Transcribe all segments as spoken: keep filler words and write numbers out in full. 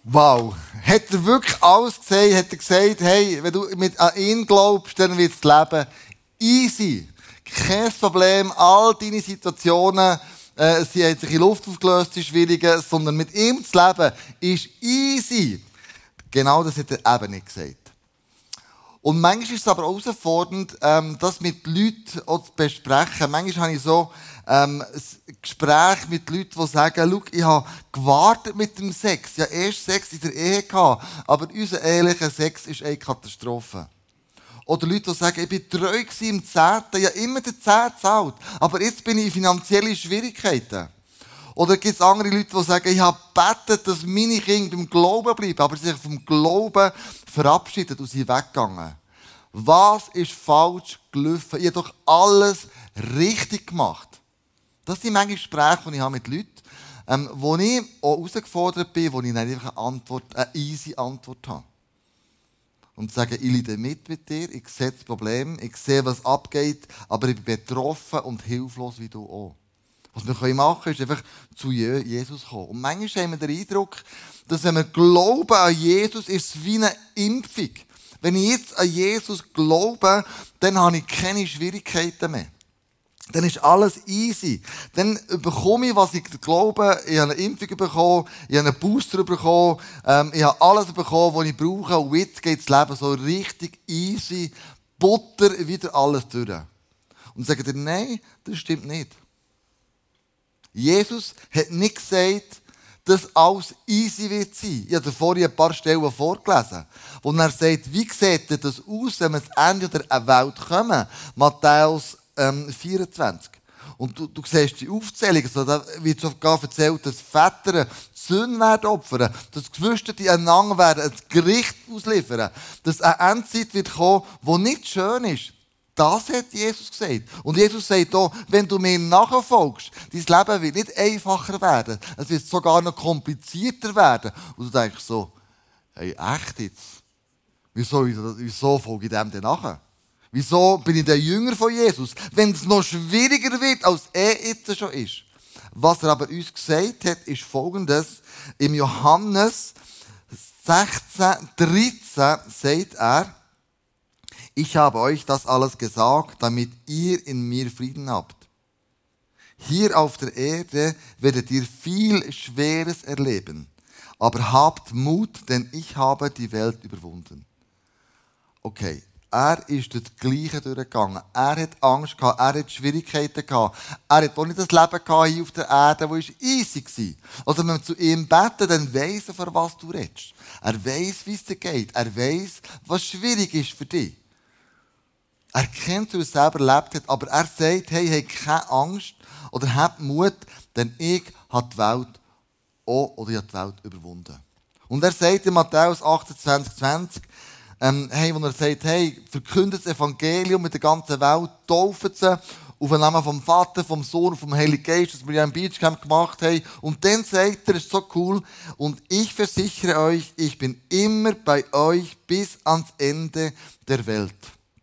Wow. Hat er wirklich alles gesehen? Hat er gesagt, hey, wenn du mit an ihn glaubst, dann wird das Leben easy. Kein Problem, all deine Situationen, äh, sie haben sich in Luft aufgelöst, die schwierigen, sondern mit ihm zu leben ist easy. Genau das hat er eben nicht gesagt. Und manchmal ist es aber auch herausfordernd, ähm, das mit Leuten auch zu besprechen. Manchmal habe ich so ähm, ein Gespräch mit Leuten, die sagen, schau, ich habe gewartet mit dem Sex. Ich habe erst Sex in der Ehe gehabt, aber unser ehelicher Sex ist eine Katastrophe. Oder Leute, die sagen, ich war treu im Zehnten, ich habe immer den Zehnten gezahlt, aber jetzt bin ich in finanzielle Schwierigkeiten. Oder gibt es andere Leute, die sagen, ich habe gebetet, dass meine Kinder beim Glauben bleiben, aber sie sich vom Glauben verabschiedet und sind weggegangen. Was ist falsch gelaufen? Ich habe doch alles richtig gemacht. Das sind manchmal Gespräche, die ich habe mit Leuten ähm, wo ich auch herausgefordert bin, wo ich nicht einfach eine, Antwort, eine easy Antwort habe. Und sage, ich leide mit mit dir, ich sehe das Problem, ich sehe, was abgeht, aber ich bin betroffen und hilflos wie du auch. Was wir machen können, ist einfach zu Jesus kommen. Und manchmal haben wir den Eindruck, dass wenn wir glauben an Jesus, ist es wie eine Impfung. Wenn ich jetzt an Jesus glaube, dann habe ich keine Schwierigkeiten mehr. Dann ist alles easy. Dann bekomme ich, was ich glaube. Ich habe eine Impfung bekommen, ich habe einen Booster bekommen, ähm, ich habe alles bekommen, was ich brauche. Und jetzt geht das Leben so richtig easy, Butter, wieder alles durch. Und sagt er, nein, das stimmt nicht. Jesus hat nicht gesagt, dass alles easy wird sein. Ich habe vorhin ein paar Stellen vorgelesen, wo er sagt, wie sieht das aus, wenn wir ans Ende der Welt kommen? Matthäus ähm, vierundzwanzig. Und du, du siehst die Aufzählung, also da wird sogar erzählt, dass Väter Söhne werden opfern, dass Geschwister einander werden ein Gericht ausliefern, dass eine Endzeit wird kommen, die nicht schön ist. Das hat Jesus gesagt. Und Jesus sagt auch, wenn du mir nachfolgst, dein Leben wird nicht einfacher werden. Es wird sogar noch komplizierter werden. Und du denkst so, hey, echt jetzt? Wieso, wieso folge ich dem denn nachher? Wieso bin ich der Jünger von Jesus? Wenn es noch schwieriger wird, als er jetzt schon ist. Was er aber uns gesagt hat, ist Folgendes. Im Johannes sechzehn, dreizehn sagt er, ich habe euch das alles gesagt, damit ihr in mir Frieden habt. Hier auf der Erde werdet ihr viel Schweres erleben. Aber habt Mut, denn ich habe die Welt überwunden. Okay, er ist das Gleiche durchgegangen. Er hat Angst gehabt, er hat Schwierigkeiten gehabt. Er hat auch nicht das Leben gehabt hier auf der Erde, das easy war. Also wenn wir zu ihm beten, dann weiss er, für was du redest. Er weiss, wie es dir geht. Er weiss, was schwierig ist für dich. Er kennt, wie er es selber erlebt hat, aber er sagt, hey, hey, keine Angst oder habt Mut, denn ich habe die Welt auch, oder ich habe die Welt überwunden. Und er sagt in Matthäus achtundzwanzig, zwanzig, ähm, hey, wo er sagt, hey, verkündet das Evangelium mit der ganzen Welt, tauft sie auf den Namen vom Vater, vom Sohn und vom Heiligen Geist, das wir ja im Beachcamp gemacht haben. Und dann sagt er, ist so cool, und ich versichere euch, ich bin immer bei euch bis ans Ende der Welt.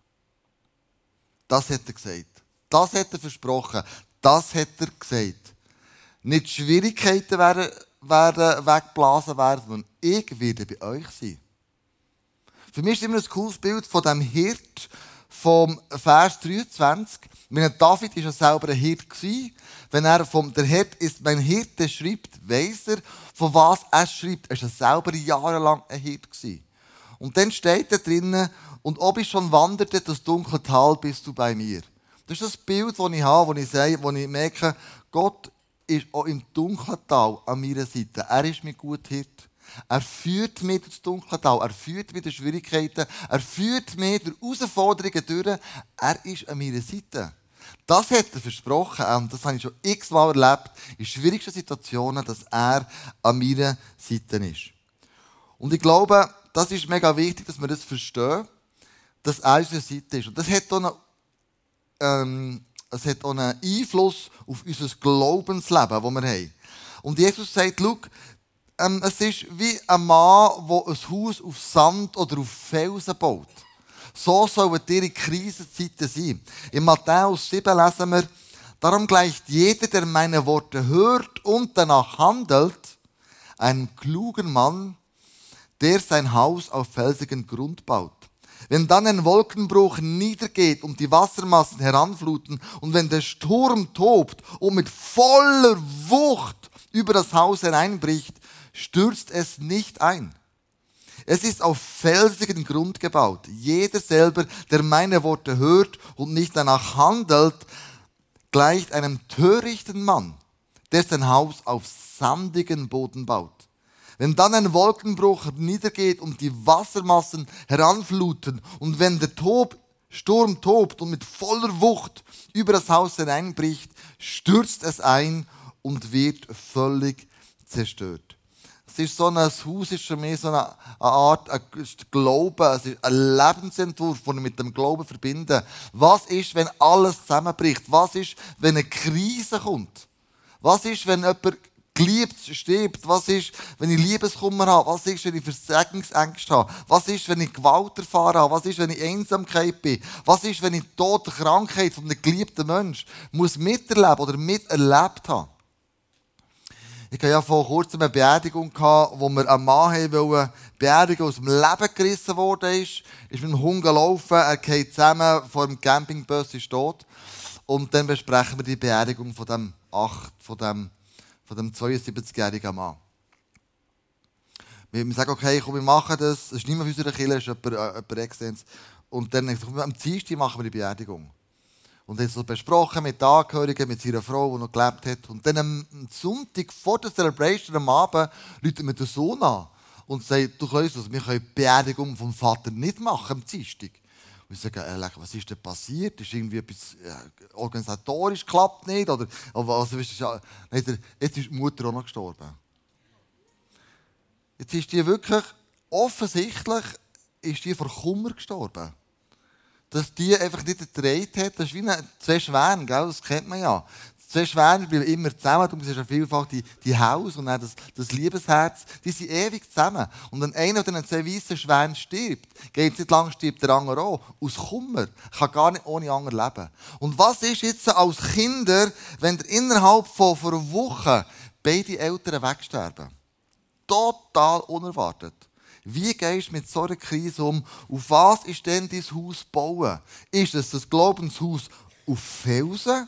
Das hat er gesagt. Das hat er versprochen. Das hat er gesagt. Nicht Schwierigkeiten werden, werden weggeblasen werden, sondern ich werde bei euch sein. Für mich ist immer ein cooles Bild von dem Hirt vom Vers dreiundzwanzig. Wenn David ist ja selber ein Hirt gewesen. Wenn er vom der Hirt ist mein Hirte schreibt, weiss er, von was er schreibt. Er war selber jahrelang ein Hirt gewesen. Und dann steht da drinnen, und ob ich schon wanderte, das dunkle Tal, bist du bei mir. Das ist das Bild, das ich habe, wo ich, sage, wo ich merke, Gott ist auch im dunklen Tal an meiner Seite. Er ist mir gut Hirt. Er führt mich durch das dunkle Tal. Er führt mich durch Schwierigkeiten. Er führt mich durch Herausforderungen durch. Er ist an meiner Seite. Das hat er versprochen. Und das habe ich schon x-mal erlebt. In schwierigsten Situationen, dass er an meiner Seite ist. Und ich glaube, das ist mega wichtig, dass wir das verstehen, dass er an unserer Seite ist. Und das hat auch einen, ähm, es hat auch einen Einfluss auf unser Glaubensleben, das wir haben. Und Jesus sagt, schau, ähm, es ist wie ein Mann, der ein Haus auf Sand oder auf Felsen baut. So sollen ihre Krisenzeiten sein. In Matthäus sieben lesen wir, darum gleicht jeder, der meine Worte hört und danach handelt, einem klugen Mann, der sein Haus auf felsigen Grund baut. Wenn dann ein Wolkenbruch niedergeht und die Wassermassen heranfluten und wenn der Sturm tobt und mit voller Wucht über das Haus hereinbricht, stürzt es nicht ein. Es ist auf felsigen Grund gebaut. Jeder selber, der meine Worte hört und nicht danach handelt, gleicht einem törichten Mann, der sein Haus auf sandigen Boden baut. Wenn dann ein Wolkenbruch niedergeht und die Wassermassen heranfluten und wenn der Tob, Sturm tobt und mit voller Wucht über das Haus hineinbricht, stürzt es ein und wird völlig zerstört. Es ist so ein Haus, ist für mich so eine, eine Art ein Glaube, es ist ein Lebensentwurf, den ich mit dem Glauben verbinde. Was ist, wenn alles zusammenbricht? Was ist, wenn eine Krise kommt? Was ist, wenn jemand geliebt stirbt? Was ist, wenn ich Liebeskummer habe? Was ist, wenn ich Versagungsängste habe? Was ist, wenn ich Gewalt erfahren habe? Was ist, wenn ich Einsamkeit bin? Was ist, wenn ich die Tod, die Krankheit von einem geliebten Menschen muss miterleben oder miterlebt haben? Ich hatte ja vor kurzem eine Beerdigung, wo wir einen Mann haben wollen, beerdigen, aus dem Leben gerissen worden ist. Ist mit dem Hund gelaufen, er geht zusammen vor dem Campingbus, ist tot. Und dann besprechen wir die Beerdigung von dem acht, von dem, von dem zweiundsiebzigjährigen Mann. Wir sagen, okay, komm, wir machen das. Das ist nicht mehr für unsere Kirche, das ist jemand, äh, jemand externes. Und dann am Dienstag machen wir die Beerdigung. Und er hat so besprochen mit den Angehörigen, mit seiner Frau, die noch gelebt hat. Und dann am Sonntag vor der Celebration am Abend ruft mir der Sohn an und sagt, du Klaus, wir können die Beerdigung vom Vater nicht machen am Dienstag. Und ich sage, äh, was ist denn passiert? Ist irgendwie etwas äh, organisatorisch, klappt nicht? Oder, also, weißt du, jetzt ist die Mutter auch noch gestorben. Jetzt ist die wirklich, offensichtlich ist die vor Kummer gestorben. Dass die einfach nicht ertragen hat. Das ist wie eine, zwei Schwäne, gell? Das kennt man ja. Zwei Schwäne bleiben immer zusammen. Du siehst ja vielfach die, die Haus und dann das, das Liebesherz. Die sind ewig zusammen. Und wenn einer von den zwei weißen Schwänen stirbt, geht es nicht lang, stirbt der andere auch. Aus Kummer. Kann gar nicht ohne anderen leben. Und was ist jetzt als Kinder, wenn ihr innerhalb von, von einer Woche beide Eltern wegsterben? Total unerwartet. Wie gehst du mit so einer Krise um? Auf was ist denn dein Haus bauen? Ist es das Glaubenshaus auf Felsen?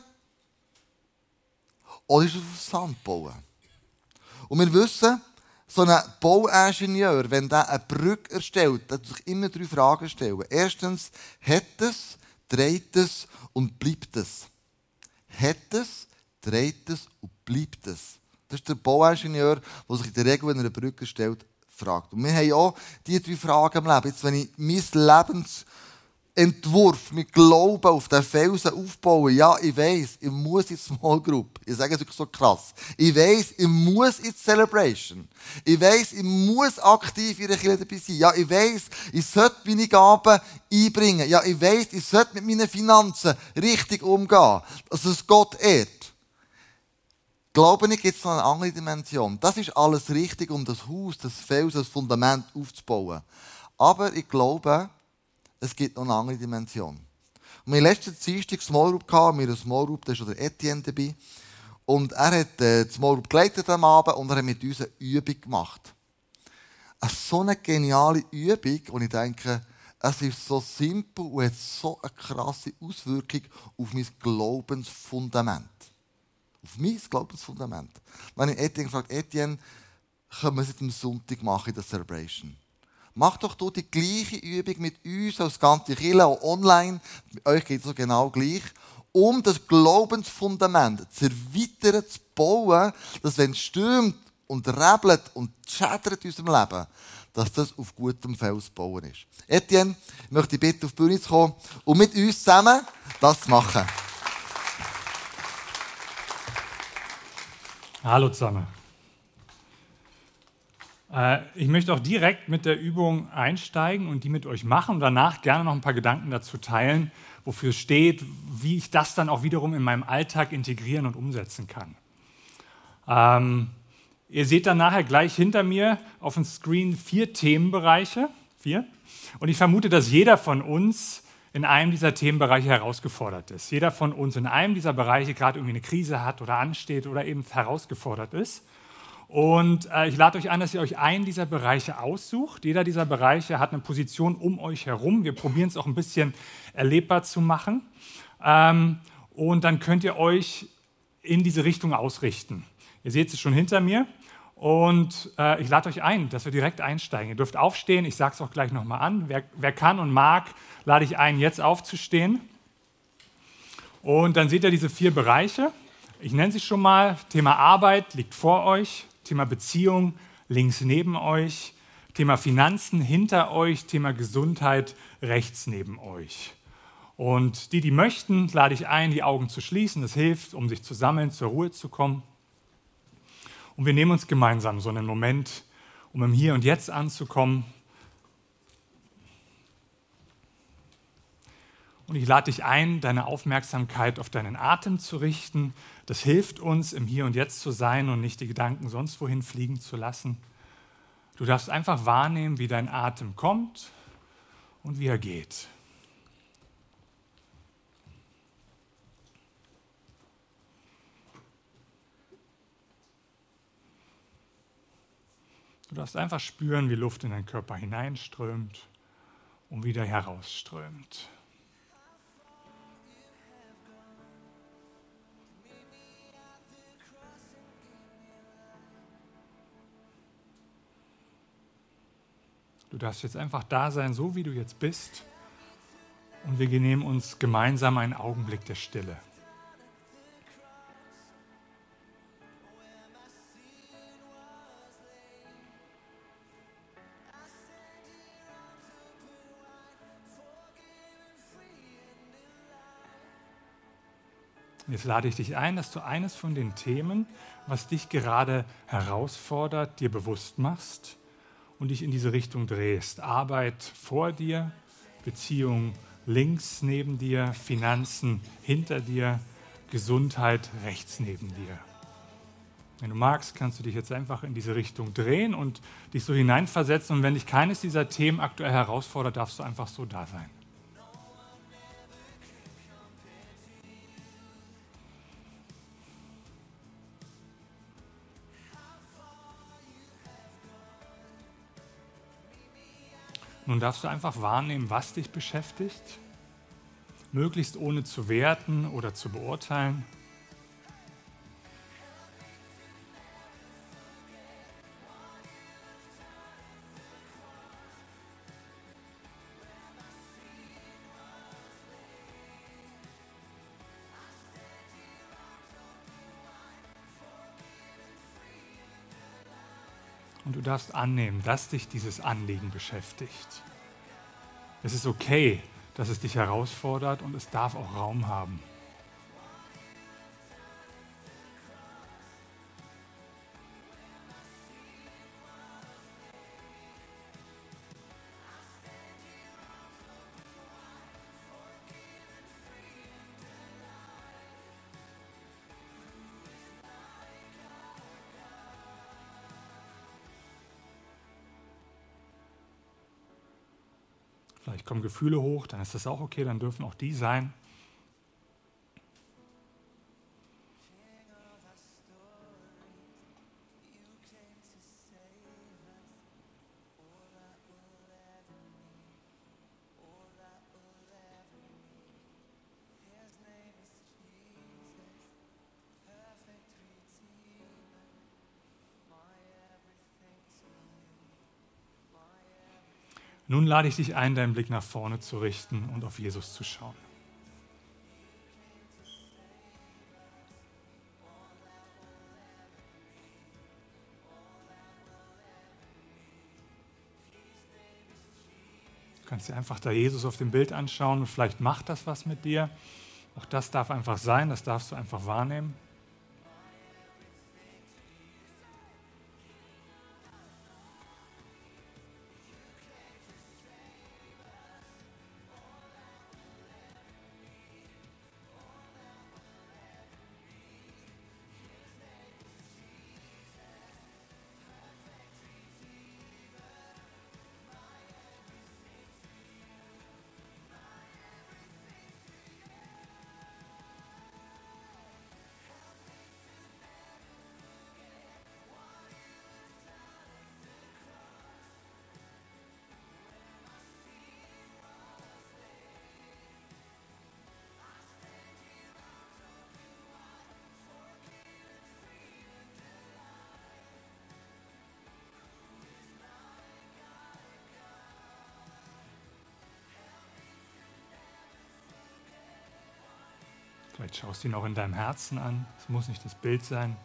Oder ist es auf Sand bauen? Und wir wissen, so ein Bauingenieur, wenn der eine Brücke erstellt, der sich immer drei Fragen stellen. Erstens, hat es, dreht es und bleibt es? Hat es, dreht es und bleibt es? Das ist der Bauingenieur, der sich in der Regel, wenn er eine Brücke stellt, fragt. Und wir haben auch diese drei Fragen im Leben. Jetzt, wenn ich meinen Lebensentwurf mit Glauben auf den Felsen aufbaue, ja, ich weiss, ich muss in die Small Group. Ich sage es wirklich so krass. Ich weiss, ich muss in die Celebration. Ich weiss, ich muss aktiv in der Kirche dabei sein. Ja, ich weiss, ich sollte meine Gaben einbringen. Ja, ich weiss, ich sollte mit meinen Finanzen richtig umgehen. Dass es Gott ehrt. Glaube ich, gibt es noch eine andere Dimension. Das ist alles richtig, um das Haus, das Fels, das Fundament aufzubauen. Aber ich glaube, es gibt noch eine andere Dimension. Und wir hatten letzten Dienstag Small Group, wir haben eine Small Group, da ist der Etienne dabei. Und er hat äh, die Small Group geleitet am Abend und er hat mit uns eine Übung gemacht. Eine so eine geniale Übung, wo ich denke, es ist so simpel und hat so eine krasse Auswirkung auf mein Glaubensfundament. Auf mein Glaubensfundament. Wenn ich Etienne gefragt, Etienne, können wir es am Sonntag machen in der Celebration? Mach doch du die gleiche Übung mit uns als ganze Kirche, auch online. Bei euch geht es so genau gleich. Um das Glaubensfundament zu erweitern, zu bauen, dass wenn es stürmt und rebelt und schädert in unserem Leben, dass das auf gutem Fels bauen ist. Etienne, ich möchte dich bitten, auf die Bühne zu kommen und mit uns zusammen das zu machen. Hallo zusammen. Äh, ich möchte auch direkt mit der Übung einsteigen und die mit euch machen und danach gerne noch ein paar Gedanken dazu teilen, wofür es steht, wie ich das dann auch wiederum in meinem Alltag integrieren und umsetzen kann. Ähm, ihr seht dann nachher gleich hinter mir auf dem Screen vier Themenbereiche. Vier. Und ich vermute, dass jeder von uns in einem dieser Themenbereiche herausgefordert ist. Jeder von uns in einem dieser Bereiche gerade irgendwie eine Krise hat oder ansteht oder eben herausgefordert ist. Und äh, ich lade euch ein, dass ihr euch einen dieser Bereiche aussucht. Jeder dieser Bereiche hat eine Position um euch herum. Wir probieren es auch ein bisschen erlebbar zu machen. Ähm, und dann könnt ihr euch in diese Richtung ausrichten. Ihr seht es schon hinter mir. Und äh, ich lade euch ein, dass wir direkt einsteigen. Ihr dürft aufstehen. Ich sage es auch gleich nochmal an. Wer, wer kann und mag, lade ich ein, jetzt aufzustehen. Und dann seht ihr diese vier Bereiche. Ich nenne sie schon mal. Thema Arbeit liegt vor euch. Thema Beziehung links neben euch, Thema Finanzen hinter euch, Thema Gesundheit rechts neben euch. Und die, die möchten, lade ich ein, die Augen zu schließen. Das hilft, um sich zu sammeln, zur Ruhe zu kommen. Und wir nehmen uns gemeinsam so einen Moment, um im Hier und Jetzt anzukommen. Und ich lade dich ein, deine Aufmerksamkeit auf deinen Atem zu richten. Das hilft uns, im Hier und Jetzt zu sein und nicht die Gedanken sonst wohin fliegen zu lassen. Du darfst einfach wahrnehmen, wie dein Atem kommt und wie er geht. Du darfst einfach spüren, wie Luft in deinen Körper hineinströmt und wieder herausströmt. Du darfst jetzt einfach da sein, so wie du jetzt bist. Und wir nehmen uns gemeinsam einen Augenblick der Stille. Jetzt lade ich dich ein, dass du eines von den Themen, was dich gerade herausfordert, dir bewusst machst und dich in diese Richtung drehst. Arbeit vor dir, Beziehung links neben dir, Finanzen hinter dir, Gesundheit rechts neben dir. Wenn du magst, kannst du dich jetzt einfach in diese Richtung drehen und dich so hineinversetzen. Und wenn dich keines dieser Themen aktuell herausfordert, darfst du einfach so da sein. Nun darfst du einfach wahrnehmen, was dich beschäftigt, möglichst ohne zu werten oder zu beurteilen. Und du darfst annehmen, dass dich dieses Anliegen beschäftigt. Es ist okay, dass es dich herausfordert und es darf auch Raum haben. Vielleicht kommen Gefühle hoch, dann ist das auch okay, dann dürfen auch die sein. Nun lade ich dich ein, deinen Blick nach vorne zu richten und auf Jesus zu schauen. Du kannst dir einfach da Jesus auf dem Bild anschauen und vielleicht macht das was mit dir. Auch das darf einfach sein, das darfst du einfach wahrnehmen. Vielleicht schaust du ihn auch in deinem Herzen an. Es muss nicht das Bild sein.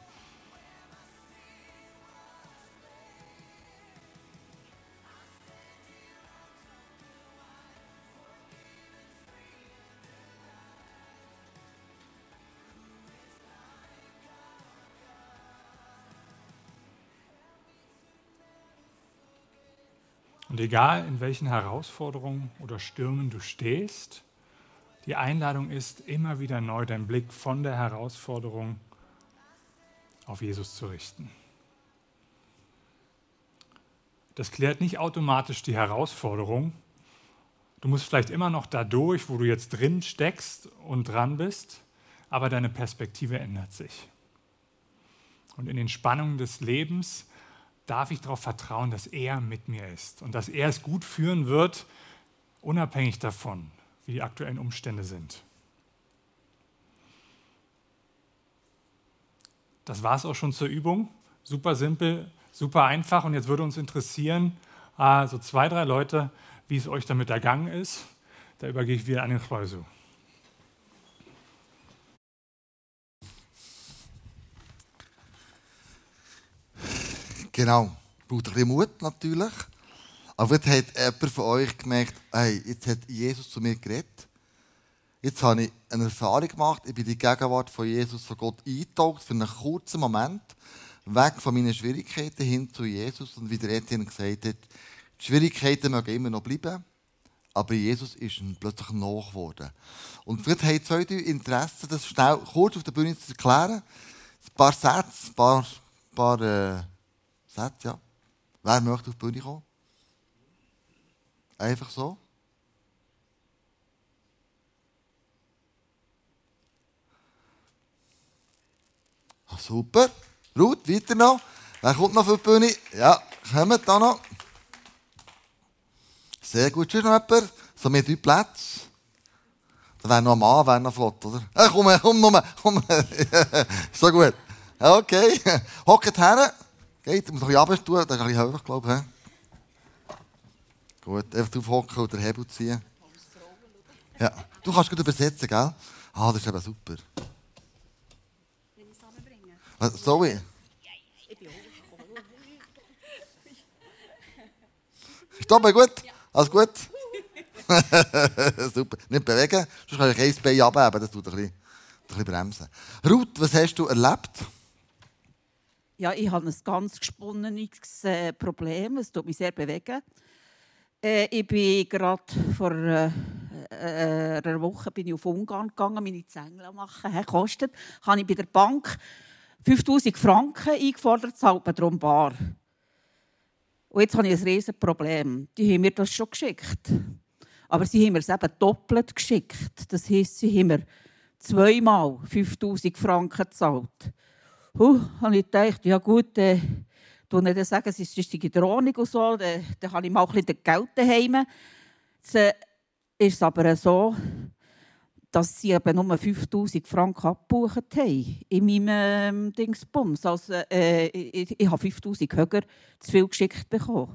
Und egal, in welchen Herausforderungen oder Stürmen du stehst, die Einladung ist, immer wieder neu deinen Blick von der Herausforderung auf Jesus zu richten. Das klärt nicht automatisch die Herausforderung. Du musst vielleicht immer noch da durch, wo du jetzt drin steckst und dran bist, aber deine Perspektive ändert sich. Und in den Spannungen des Lebens darf ich darauf vertrauen, dass er mit mir ist und dass er es gut führen wird, unabhängig davon, wie die aktuellen Umstände sind. Das war es auch schon zur Übung. Super simpel, super einfach. Und jetzt würde uns interessieren, äh, so zwei, drei Leute, wie es euch damit ergangen ist. Da übergehe ich wieder an den Schleusu. Genau, braucht ein bisschen Mut natürlich. Aber jetzt hat jemand von euch gemerkt, hey, jetzt hat Jesus zu mir geredet. Jetzt habe ich eine Erfahrung gemacht, ich bin in die Gegenwart von Jesus, von Gott eingetaucht, für einen kurzen Moment, weg von meinen Schwierigkeiten hin zu Jesus. Und wie der Etienne gesagt hat, die Schwierigkeiten mögen immer noch bleiben, aber Jesus ist ihm plötzlich nach geworden. Und vielleicht haben zwei Interesse, das schnell kurz auf der Bühne zu erklären. Ein paar Sätze, ein paar, paar äh, Sätze, ja. Wer möchte auf die Bühne kommen? Einfach so. Ah, super. Ruth, weiter noch. Wer kommt noch auf die Bühne? Ja, kommt da noch. Sehr gut. Schon noch jemand? So mit drei Plätzen. Da wäre noch ein Mann, wäre noch flott, oder? Äh, komm, komm, komm, komm. So gut. Okay. Hockt her. Geht, ich muss noch ein bisschen runter tun. Das ist ein bisschen hoch, glaube ich. Gut, einfach drauf hocken und den Hebel ziehen. Ja. Du kannst gut übersetzen, gell? Ah, das ist eben super. Wenn ich es zusammenbringe. Was, sorry. Ich bin Ist dabei gut? Alles gut? Super. Nicht bewegen, sonst kann ich ein Bein abheben, das tut ein bisschen, ein bisschen bremsen. Ruth, was hast du erlebt? Ja, ich habe ein ganz gesponnenes äh, Problem. Es tut mich sehr bewegen. Äh, ich bin gerade vor äh, äh, einer Woche bin ich auf Ungarn gegangen, meine Zähne machen. He, kostet. Habe ich bei der Bank fünftausend Franken eingefordert, zahlt man darum bar. Und jetzt habe ich ein riesiges Problem. Die haben mir das schon geschickt. Aber sie haben mir es eben doppelt geschickt. Das heisst, sie haben mir zweimal fünftausend Franken gezahlt. Huh, habe ich gedacht, ja gut, äh, du nicht sagen, es ist die Drohung und so, dann, dann habe ich mal ein bisschen Geld daheim. Jetzt äh, ist es aber so, dass sie eben nur fünftausend Franken abgebucht haben in meinem ähm, Dingsbums. Also, äh, ich, ich habe fünftausend höher zu viel geschickt bekommen.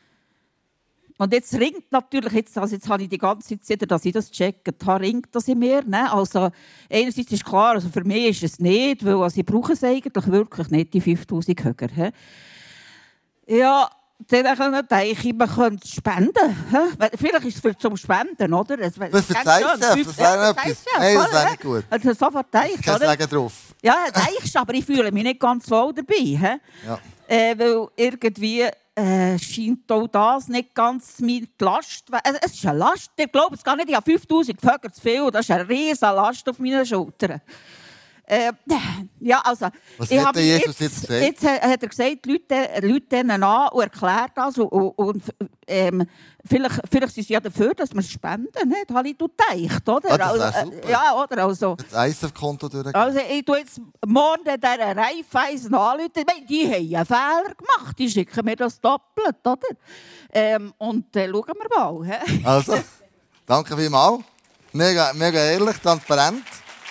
Und jetzt ringt natürlich, jetzt, also jetzt habe ich die ganze Zeit, dass ich das checke, da ringt das in mir. Ne? Also, einerseits ist klar, also für mich ist es nicht, weil also ich brauche es eigentlich wirklich nicht, die fünftausend höher. He? Ja, dann denke ich, man könnte es spenden. He? Vielleicht ist es für zum Spenden, oder? Das, Was verzeihst du? Das wäre etwas. Nein, das wäre nicht gut. Also sofort denke ich. Kein Sagen drauf. Ja, denkst, aber ich fühle mich nicht ganz wohl dabei. He? Ja. Äh, weil irgendwie äh, scheint auch das nicht ganz meine Last. Also, es ist eine Last. Ich glaube es gar nicht. Ich habe fünftausend Vögel zu viel. Das ist eine riesige Last auf meinen Schultern. Äh, ja, also, Was ich hat Jesus jetzt, jetzt gesagt? Jetzt hat er gesagt, Leute, Leute denen an und erklärt das. Und, und, ähm, vielleicht, vielleicht sind sie ja dafür, dass wir es spenden. Ne? Das habe ich gedacht, oder? Ah, das wäre also, super. Ja, oder? Also, das Eis auf Konto durchgehen. Also ich tue jetzt morgen dieser Raiffeisen anrufen. Ich meine, die haben einen Fehler gemacht. Die schicken mir das doppelt, oder? Ähm, und dann äh, schauen wir mal. He? Also, danke vielmals. Mega, mega ehrlich, transparent.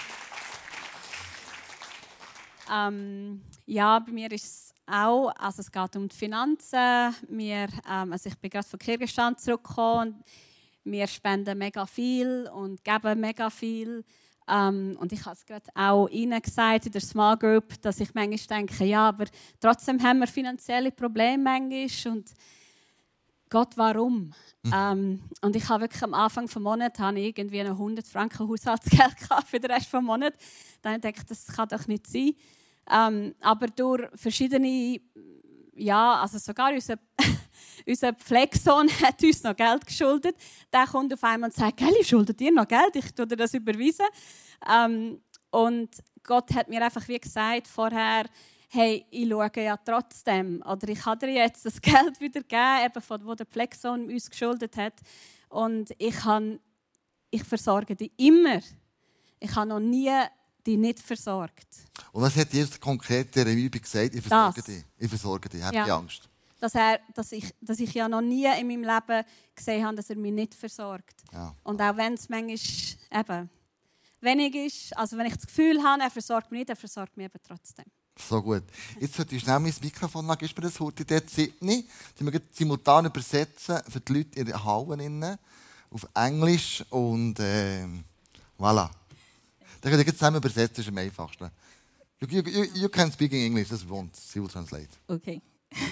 Ähm, ja, bei mir ist es auch, also es geht um die Finanzen. Wir, ähm, also ich bin gerade von Kirchenstand zurückgekommen und wir spenden mega viel und geben mega viel. Ähm, und ich habe es gerade auch Ihnen gesagt in der Small Group, dass ich manchmal denke, ja, aber trotzdem haben wir finanzielle Probleme manchmal. Und Gott, warum? Mhm. Ähm, und ich habe wirklich am Anfang des Monats habe ich irgendwie noch hundert Franken Haushaltsgeld für den Rest des Monats. Dann denke ich, das kann doch nicht sein. Ähm, aber durch verschiedene, ja, also sogar unser, unser Pflegesohn hat uns noch Geld geschuldet. Der kommt auf einmal und sagt, «Gell, ich schulde dir noch Geld, ich tue dir das überweisen.» Ähm, und Gott hat mir einfach wie gesagt vorher, hey, ich schaue ja trotzdem. Oder ich habe dir jetzt das Geld wieder gegeben, eben von wo der Pflegesohn uns geschuldet hat. Und ich, kann, ich versorge dich immer. Ich habe noch nie dich nicht versorgt. Und was hat Jesus konkret in dieser Übung gesagt? Ich versorge dich. Ich versorge dich. Habt ihr ja. Angst? Dass, er, dass, ich, dass ich ja noch nie in meinem Leben gesehen habe, dass er mich nicht versorgt. Ja. Und auch wenn es manchmal eben wenig ist, also wenn ich das Gefühl habe, er versorgt mich nicht, er versorgt mich eben trotzdem. So gut. Jetzt sollte ich schnell mein Mikrofon lassen. Gibst du mir das heute dort Sydney? Die wir simultan übersetzen für die Leute in den Hallen auf Englisch. Und äh, voilà. Dann könnt ihr zusammen übersetzen, das ist am einfachsten. You, you, you can speak in English, just won't. She will translate. Okay.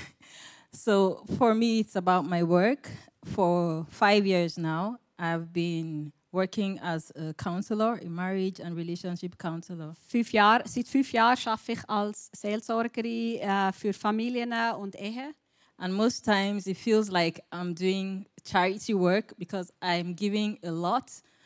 So for me, it's about my work. For five years now, I've been working as a counselor, a marriage and relationship counselor. Fünf Jahre, seit fünf Jahren arbeite ich als Seelsorgerin äh, für Familien und Ehe. And most times it feels like I'm doing charity work because I'm giving a lot.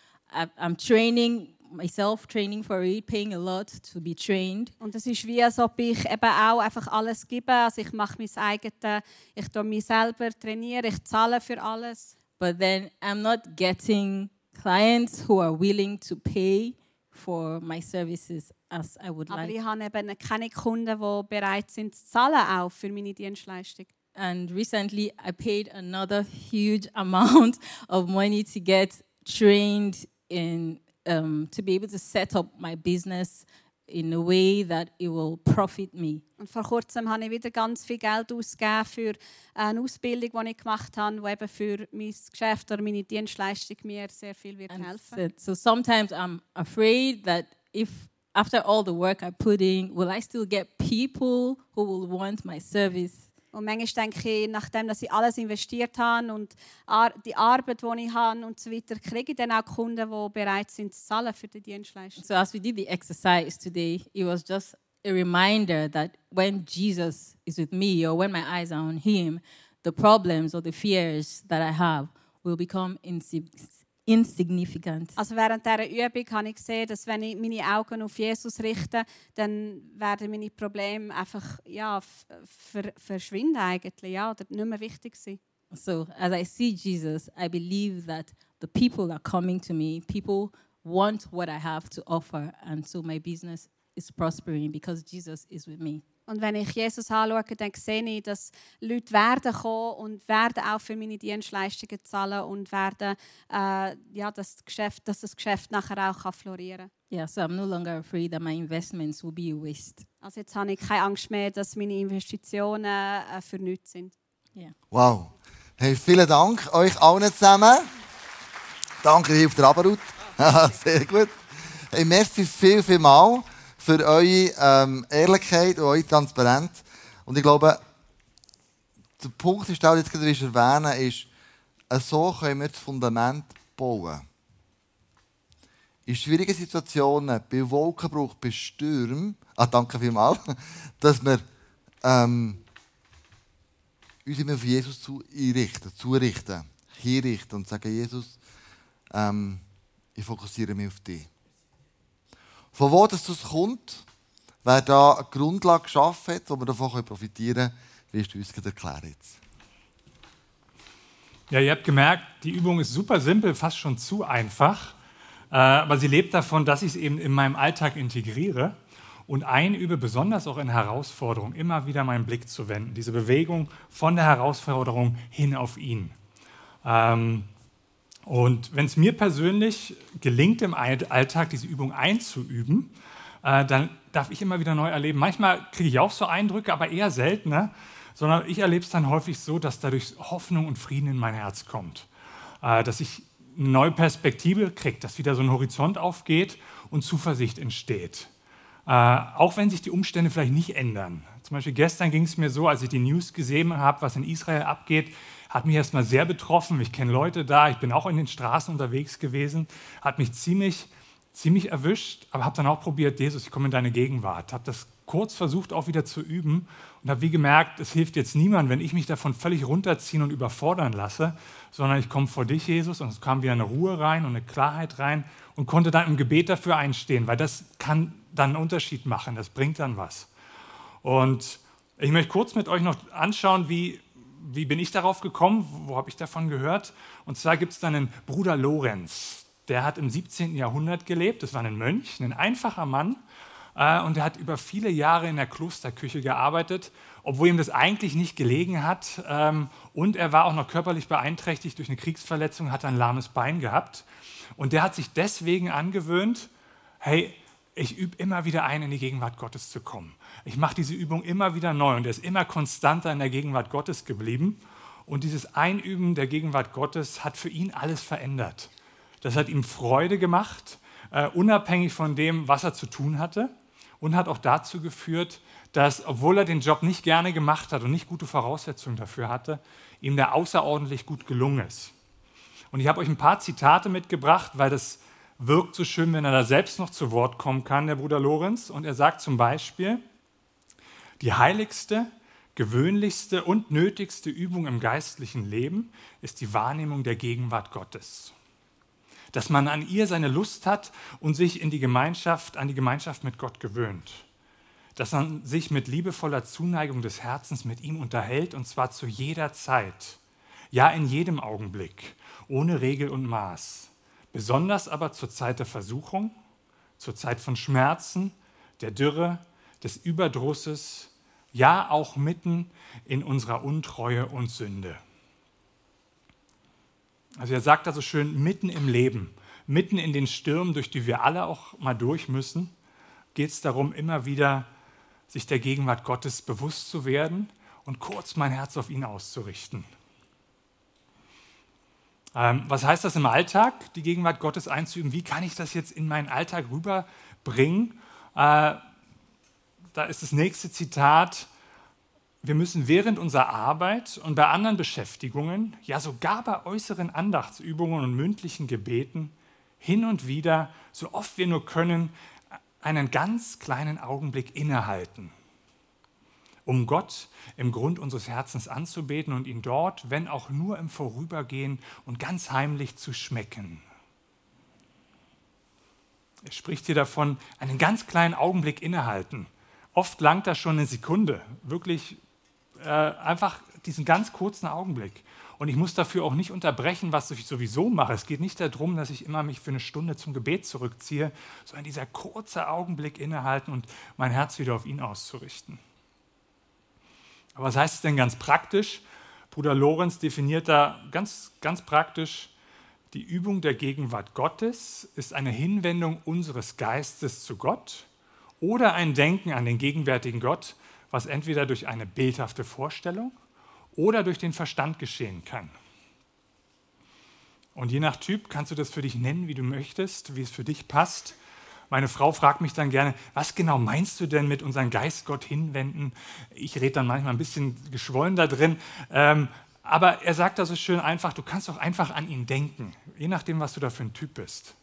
I'm training myself, training for it, paying a lot to be trained. Und es ist wie, als ob ich eben auch einfach alles gebe. Also ich mache mein eigenes, ich tue mich selber trainieren, ich zahle für alles. But then I'm not getting clients who are willing to pay for my services as I would Aber like. ich habe eben keine Kunden, die bereit sind zu zahlen auch für meine Dienstleistung. And recently I paid another huge amount of money to get trained in um, to be able to set up my business in a way that it will profit me. Und vor kurzem habe ich wieder ganz viel Geld ausgegeben für eine Ausbildung, die ich gemacht habe, die eben für mein Geschäft oder meine Dienstleistung mir sehr viel wird helfen. And so, so sometimes I'm afraid that if after all the work I put in, will I still get people who will want my service? Und manchmal denke ich, nachdem dass ich alles investiert habe und die Arbeit, die ich habe und so weiter, kriege ich dann auch Kunden, die bereit sind zu zahlen für die Dienstleistung. So as we did the exercise today, it was just a reminder that when Jesus is with me or when my eyes are on him, the problems or the fears that I have will become insignificant. Insignificant. Also während dieser Übung habe ich gesehen, dass wenn ich meine Augen auf Jesus richte, dann werden meine Probleme einfach ja, ver- verschwinden eigentlich, ja, oder nicht mehr wichtig sein. So as I see Jesus, I believe that the people are coming to me. People want what I have to offer, and so my business is prospering because Jesus is with me. Und wenn ich Jesus anschaue, dann sehe ich, dass Leute werden kommen und werden auch für meine Dienstleistungen zahlen und werden, äh, ja, dass, das Geschäft, dass das Geschäft nachher auch kann florieren kann. Yeah, so I'm no longer afraid that my investments will be a waste. Also jetzt habe ich keine Angst mehr, dass meine Investitionen äh, für nichts sind. Yeah. Wow. Hey, vielen Dank euch allen zusammen. Danke, hilft der Aberut. Sehr gut. Hey, merci viel, viel mal für eure ähm, Ehrlichkeit und eure Transparenz. Und ich glaube, der Punkt, den ich jetzt gerade erwähnen ist, so können wir das Fundament bauen. In schwierigen Situationen, bei Wolkenbruch, bei Stürmen, ah, danke vielmals, dass wir ähm, uns immer auf Jesus zu einrichten, zurichten, hinrichten und sagen, Jesus, ähm, ich fokussiere mich auf dich. Von wo das kommt, wer da eine Grundlage geschaffen hat, wo wir davon profitieren können, wirst du uns erklären jetzt. Ja, ihr habt gemerkt, die Übung ist super simpel, fast schon zu einfach. Äh, aber sie lebt davon, dass ich es eben in meinem Alltag integriere und einübe, besonders auch in Herausforderungen, immer wieder meinen Blick zu wenden. Diese Bewegung von der Herausforderung hin auf ihn. Ähm, Und wenn es mir persönlich gelingt, im Alltag diese Übung einzuüben, äh, dann darf ich immer wieder neu erleben. Manchmal kriege ich auch so Eindrücke, aber eher seltener, sondern ich erlebe es dann häufig so, dass dadurch Hoffnung und Frieden in mein Herz kommt. Äh, dass ich eine neue Perspektive kriegt, dass wieder so ein Horizont aufgeht und Zuversicht entsteht. Äh, auch wenn sich die Umstände vielleicht nicht ändern. Zum Beispiel gestern ging es mir so, als ich die News gesehen habe, was in Israel abgeht, hat mich erstmal sehr betroffen. Ich kenne Leute da, ich bin auch in den Straßen unterwegs gewesen, hat mich ziemlich, ziemlich erwischt, aber habe dann auch probiert, Jesus, ich komme in deine Gegenwart. Habe das kurz versucht auch wieder zu üben und habe wie gemerkt, es hilft jetzt niemand, wenn ich mich davon völlig runterziehen und überfordern lasse, sondern ich komme vor dich, Jesus, und es kam wieder eine Ruhe rein und eine Klarheit rein und konnte dann im Gebet dafür einstehen, weil das kann dann einen Unterschied machen, das bringt dann was. Und ich möchte kurz mit euch noch anschauen, wie, wie bin ich darauf gekommen, wo habe ich davon gehört. Und zwar gibt es dann einen Bruder Lorenz, der hat im siebzehnten Jahrhundert gelebt, das war ein Mönch, ein einfacher Mann, äh, und er hat über viele Jahre in der Klosterküche gearbeitet, obwohl ihm das eigentlich nicht gelegen hat. Ähm, und er war auch noch körperlich beeinträchtigt durch eine Kriegsverletzung, hat ein lahmes Bein gehabt. Und der hat sich deswegen angewöhnt, hey, ich übe immer wieder ein, in die Gegenwart Gottes zu kommen. Ich mache diese Übung immer wieder neu und er ist immer konstanter in der Gegenwart Gottes geblieben. Und dieses Einüben der Gegenwart Gottes hat für ihn alles verändert. Das hat ihm Freude gemacht, äh, unabhängig von dem, was er zu tun hatte, und hat auch dazu geführt, dass, obwohl er den Job nicht gerne gemacht hat und nicht gute Voraussetzungen dafür hatte, ihm der außerordentlich gut gelungen ist. Und ich habe euch ein paar Zitate mitgebracht, weil das wirkt so schön, wenn er da selbst noch zu Wort kommen kann, der Bruder Lorenz. Und er sagt zum Beispiel, die heiligste, gewöhnlichste und nötigste Übung im geistlichen Leben ist die Wahrnehmung der Gegenwart Gottes. Dass man an ihr seine Lust hat und sich in die Gemeinschaft, an die Gemeinschaft mit Gott gewöhnt. Dass man sich mit liebevoller Zuneigung des Herzens mit ihm unterhält, und zwar zu jeder Zeit. Ja, in jedem Augenblick, ohne Regel und Maß. Besonders aber zur Zeit der Versuchung, zur Zeit von Schmerzen, der Dürre, des Überdrusses, ja auch mitten in unserer Untreue und Sünde. Also er sagt da so schön, mitten im Leben, mitten in den Stürmen, durch die wir alle auch mal durch müssen, geht es darum, immer wieder sich der Gegenwart Gottes bewusst zu werden und kurz mein Herz auf ihn auszurichten. Ähm, was heißt das im Alltag, die Gegenwart Gottes einzuüben? Wie kann ich das jetzt in meinen Alltag rüberbringen? Äh, da ist das nächste Zitat: Wir müssen während unserer Arbeit und bei anderen Beschäftigungen, ja sogar bei äußeren Andachtsübungen und mündlichen Gebeten, hin und wieder, so oft wir nur können, einen ganz kleinen Augenblick innehalten, um Gott im Grund unseres Herzens anzubeten und ihn dort, wenn auch nur im Vorübergehen und ganz heimlich zu schmecken. Er spricht hier davon, einen ganz kleinen Augenblick innehalten. Oft langt das schon eine Sekunde, wirklich äh, einfach diesen ganz kurzen Augenblick. Und ich muss dafür auch nicht unterbrechen, was ich sowieso mache. Es geht nicht darum, dass ich immer mich für eine Stunde zum Gebet zurückziehe, sondern dieser kurze Augenblick innehalten und mein Herz wieder auf ihn auszurichten. Aber was heißt es denn ganz praktisch? Bruder Lorenz definiert da ganz, ganz praktisch, die Übung der Gegenwart Gottes ist eine Hinwendung unseres Geistes zu Gott oder ein Denken an den gegenwärtigen Gott, was entweder durch eine bildhafte Vorstellung oder durch den Verstand geschehen kann. Und je nach Typ kannst du das für dich nennen, wie du möchtest, wie es für dich passt. Meine Frau fragt mich dann gerne, was genau meinst du denn mit unserem Geist Gott hinwenden? Ich rede dann manchmal ein bisschen geschwollen da drin. Ähm, aber er sagt da so schön einfach, du kannst doch einfach an ihn denken, je nachdem, was du da für ein Typ bist.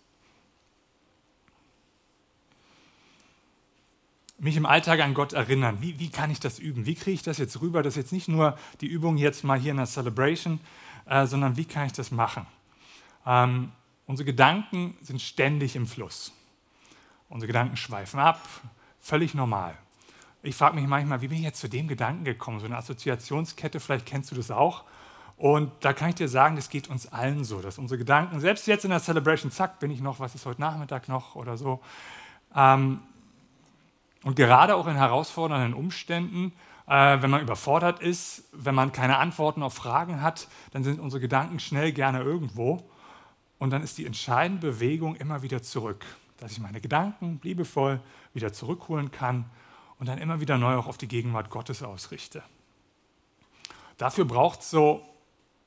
Mich im Alltag an Gott erinnern. Wie, wie kann ich das üben? Wie kriege ich das jetzt rüber? Das ist jetzt nicht nur die Übung jetzt mal hier in der Celebration, äh, sondern wie kann ich das machen? Ähm, unsere Gedanken sind ständig im Fluss. Unsere Gedanken schweifen ab, völlig normal. Ich frage mich manchmal, wie bin ich jetzt zu dem Gedanken gekommen? So eine Assoziationskette, vielleicht kennst du das auch. Und da kann ich dir sagen, das geht uns allen so, dass unsere Gedanken, selbst jetzt in der Celebration, zack, bin ich noch, was ist heute Nachmittag noch oder so. Ähm, und gerade auch in herausfordernden Umständen, äh, wenn man überfordert ist, wenn man keine Antworten auf Fragen hat, dann sind unsere Gedanken schnell gerne irgendwo. Und dann ist die entscheidende Bewegung immer wieder zurück, dass ich meine Gedanken liebevoll wieder zurückholen kann und dann immer wieder neu auch auf die Gegenwart Gottes ausrichte. Dafür braucht es so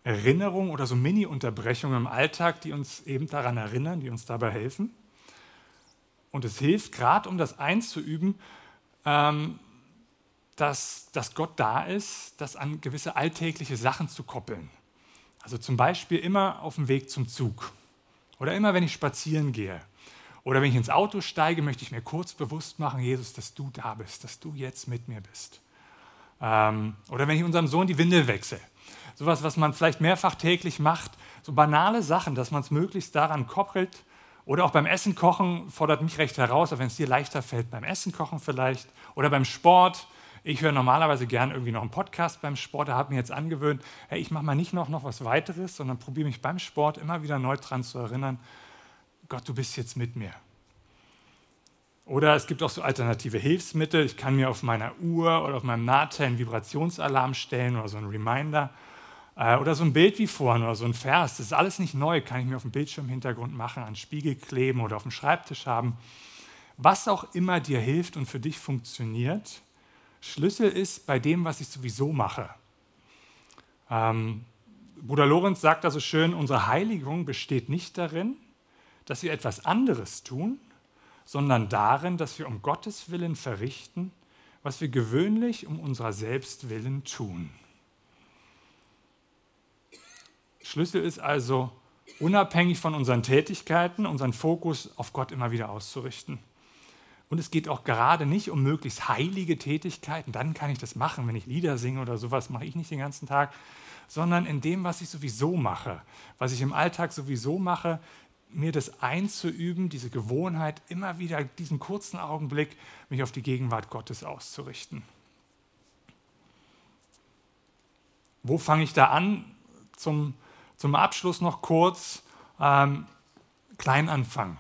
Erinnerungen oder so Mini-Unterbrechungen im Alltag, die uns eben daran erinnern, die uns dabei helfen. Und es hilft, gerade um das einzuüben, ähm, dass, dass Gott da ist, das an gewisse alltägliche Sachen zu koppeln. Also zum Beispiel immer auf dem Weg zum Zug oder immer, wenn ich spazieren gehe oder wenn ich ins Auto steige, möchte ich mir kurz bewusst machen, Jesus, dass du da bist, dass du jetzt mit mir bist. Ähm, oder wenn ich unserem Sohn die Windel wechsle. Sowas, was man vielleicht mehrfach täglich macht, so banale Sachen, dass man es möglichst daran koppelt. Oder auch beim Essen kochen fordert mich recht heraus, auch wenn es dir leichter fällt, beim Essen kochen vielleicht. Oder beim Sport. Ich höre normalerweise gern irgendwie noch einen Podcast beim Sport, da habe ich mir jetzt angewöhnt, hey, ich mache mal nicht noch, noch was weiteres, sondern probiere mich beim Sport immer wieder neu dran zu erinnern, Gott, du bist jetzt mit mir. Oder es gibt auch so alternative Hilfsmittel. Ich kann mir auf meiner Uhr oder auf meinem Nahtel einen Vibrationsalarm stellen oder so einen Reminder. Äh, oder so ein Bild wie vorhin oder so ein Vers. Das ist alles nicht neu, kann ich mir auf dem Bildschirmhintergrund machen, an den Spiegel kleben oder auf dem Schreibtisch haben. Was auch immer dir hilft und für dich funktioniert, Schlüssel ist bei dem, was ich sowieso mache. Ähm, Bruder Lorenz sagt da so schön, unsere Heiligung besteht nicht darin, dass wir etwas anderes tun, sondern darin, dass wir um Gottes Willen verrichten, was wir gewöhnlich um unserer selbst willen tun. Schlüssel ist also, unabhängig von unseren Tätigkeiten, unseren Fokus auf Gott immer wieder auszurichten. Und es geht auch gerade nicht um möglichst heilige Tätigkeiten, dann kann ich das machen, wenn ich Lieder singe oder sowas, mache ich nicht den ganzen Tag, sondern in dem, was ich sowieso mache, was ich im Alltag sowieso mache, mir das einzuüben, diese Gewohnheit, immer wieder diesen kurzen Augenblick, mich auf die Gegenwart Gottes auszurichten. Wo fange ich da an? Zum, zum Abschluss noch kurz, ähm, klein anfangen.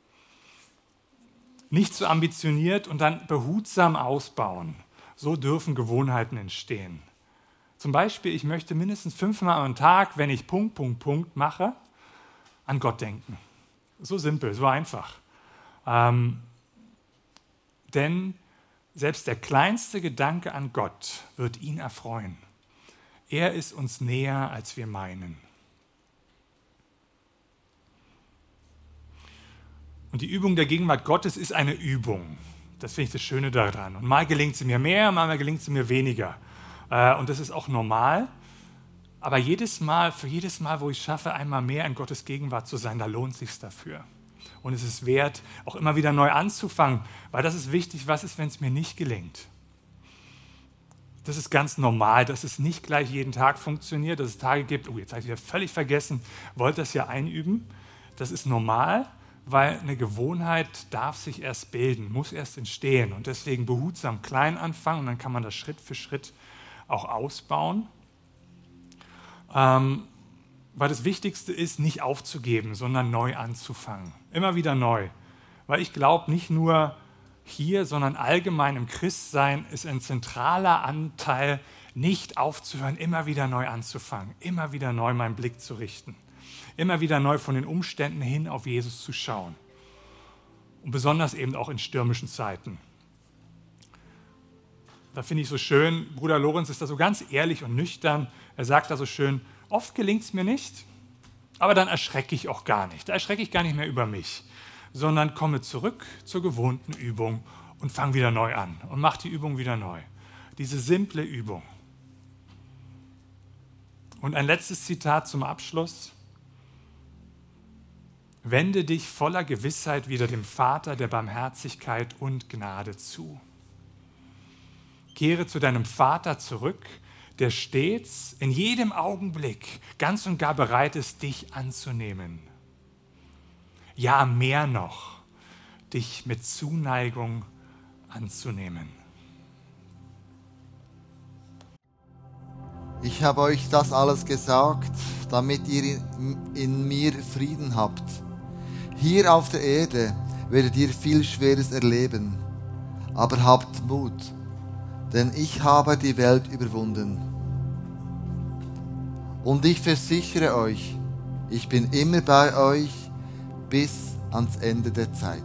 Nicht zu ambitioniert und dann behutsam ausbauen. So dürfen Gewohnheiten entstehen. Zum Beispiel, ich möchte mindestens fünfmal am Tag, wenn ich Punkt, Punkt, Punkt mache, an Gott denken. So simpel, so einfach. Ähm, denn selbst der kleinste Gedanke an Gott wird ihn erfreuen. Er ist uns näher, als wir meinen. Und die Übung der Gegenwart Gottes ist eine Übung. Das finde ich das Schöne daran. Und mal gelingt sie mir mehr, mal gelingt sie mir weniger. Und das ist auch normal. Aber jedes Mal, für jedes Mal, wo ich schaffe, einmal mehr in Gottes Gegenwart zu sein, da lohnt es sich dafür. Und es ist wert, auch immer wieder neu anzufangen, weil das ist wichtig, was ist, wenn es mir nicht gelingt. Das ist ganz normal, dass es nicht gleich jeden Tag funktioniert, dass es Tage gibt, oh, jetzt habe ich wieder völlig vergessen, wollte das ja einüben. Das ist normal, weil eine Gewohnheit darf sich erst bilden, muss erst entstehen. Und deswegen behutsam klein anfangen und dann kann man das Schritt für Schritt auch ausbauen. Ähm, weil das Wichtigste ist, nicht aufzugeben, sondern neu anzufangen. Immer wieder neu. Weil ich glaube, nicht nur hier, sondern allgemein im Christsein ist ein zentraler Anteil, nicht aufzuhören, immer wieder neu anzufangen, immer wieder neu meinen Blick zu richten, immer wieder neu von den Umständen hin auf Jesus zu schauen. Und besonders eben auch in stürmischen Zeiten. Da finde ich so schön, Bruder Lorenz ist da so ganz ehrlich und nüchtern. Er sagt da so schön, oft gelingt es mir nicht, aber dann erschrecke ich auch gar nicht. Da erschrecke ich gar nicht mehr über mich, sondern komme zurück zur gewohnten Übung und fange wieder neu an und mache die Übung wieder neu. Diese simple Übung. Und ein letztes Zitat zum Abschluss. Wende dich voller Gewissheit wieder dem Vater der Barmherzigkeit und Gnade zu. Kehre zu deinem Vater zurück, der stets in jedem Augenblick ganz und gar bereit ist, dich anzunehmen. Ja, mehr noch, dich mit Zuneigung anzunehmen. Ich habe euch das alles gesagt, damit ihr in, in mir Frieden habt. Hier auf der Erde werdet ihr viel Schweres erleben, aber habt Mut, denn ich habe die Welt überwunden. Und ich versichere euch, ich bin immer bei euch bis ans Ende der Zeit.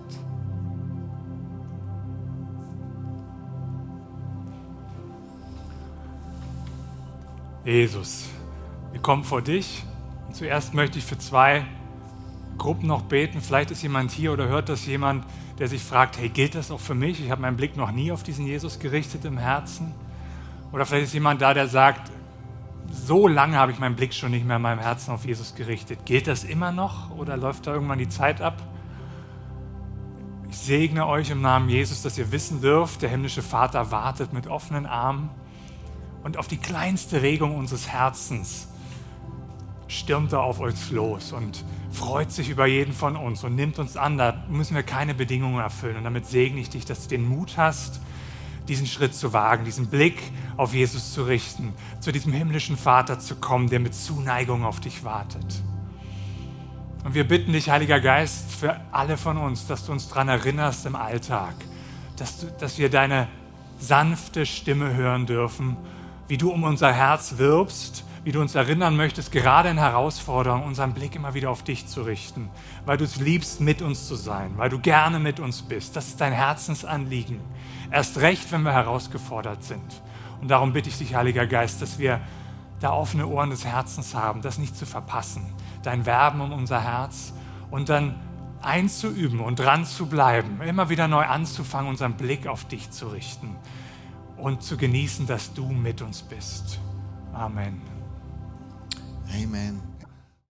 Jesus, wir Wir kommen vor dich und zuerst möchte ich für zwei Gruppen noch beten. Vielleicht ist jemand hier oder hört das jemand, der sich fragt, hey, gilt das auch für mich? Ich habe meinen Blick noch nie auf diesen Jesus gerichtet im Herzen. Oder vielleicht ist jemand da, der sagt, so lange habe ich meinen Blick schon nicht mehr in meinem Herzen auf Jesus gerichtet. Gilt das immer noch oder läuft da irgendwann die Zeit ab? Ich segne euch im Namen Jesus, dass ihr wissen dürft, der himmlische Vater wartet mit offenen Armen und auf die kleinste Regung unseres Herzens stürmt er auf uns los und freut sich über jeden von uns und nimmt uns an. Da müssen wir keine Bedingungen erfüllen. Und damit segne ich dich, dass du den Mut hast, diesen Schritt zu wagen, diesen Blick auf Jesus zu richten, zu diesem himmlischen Vater zu kommen, der mit Zuneigung auf dich wartet. Und wir bitten dich, Heiliger Geist, für alle von uns, dass du uns daran erinnerst im Alltag, dass, du, dass wir deine sanfte Stimme hören dürfen, wie du um unser Herz wirbst, wie du uns erinnern möchtest, gerade in Herausforderungen unseren Blick immer wieder auf dich zu richten, weil du es liebst, mit uns zu sein, weil du gerne mit uns bist. Das ist dein Herzensanliegen. Erst recht, wenn wir herausgefordert sind. Und darum bitte ich dich, Heiliger Geist, dass wir da offene Ohren des Herzens haben, das nicht zu verpassen, dein Werben um unser Herz und dann einzuüben und dran zu bleiben, immer wieder neu anzufangen, unseren Blick auf dich zu richten und zu genießen, dass du mit uns bist. Amen. Amen.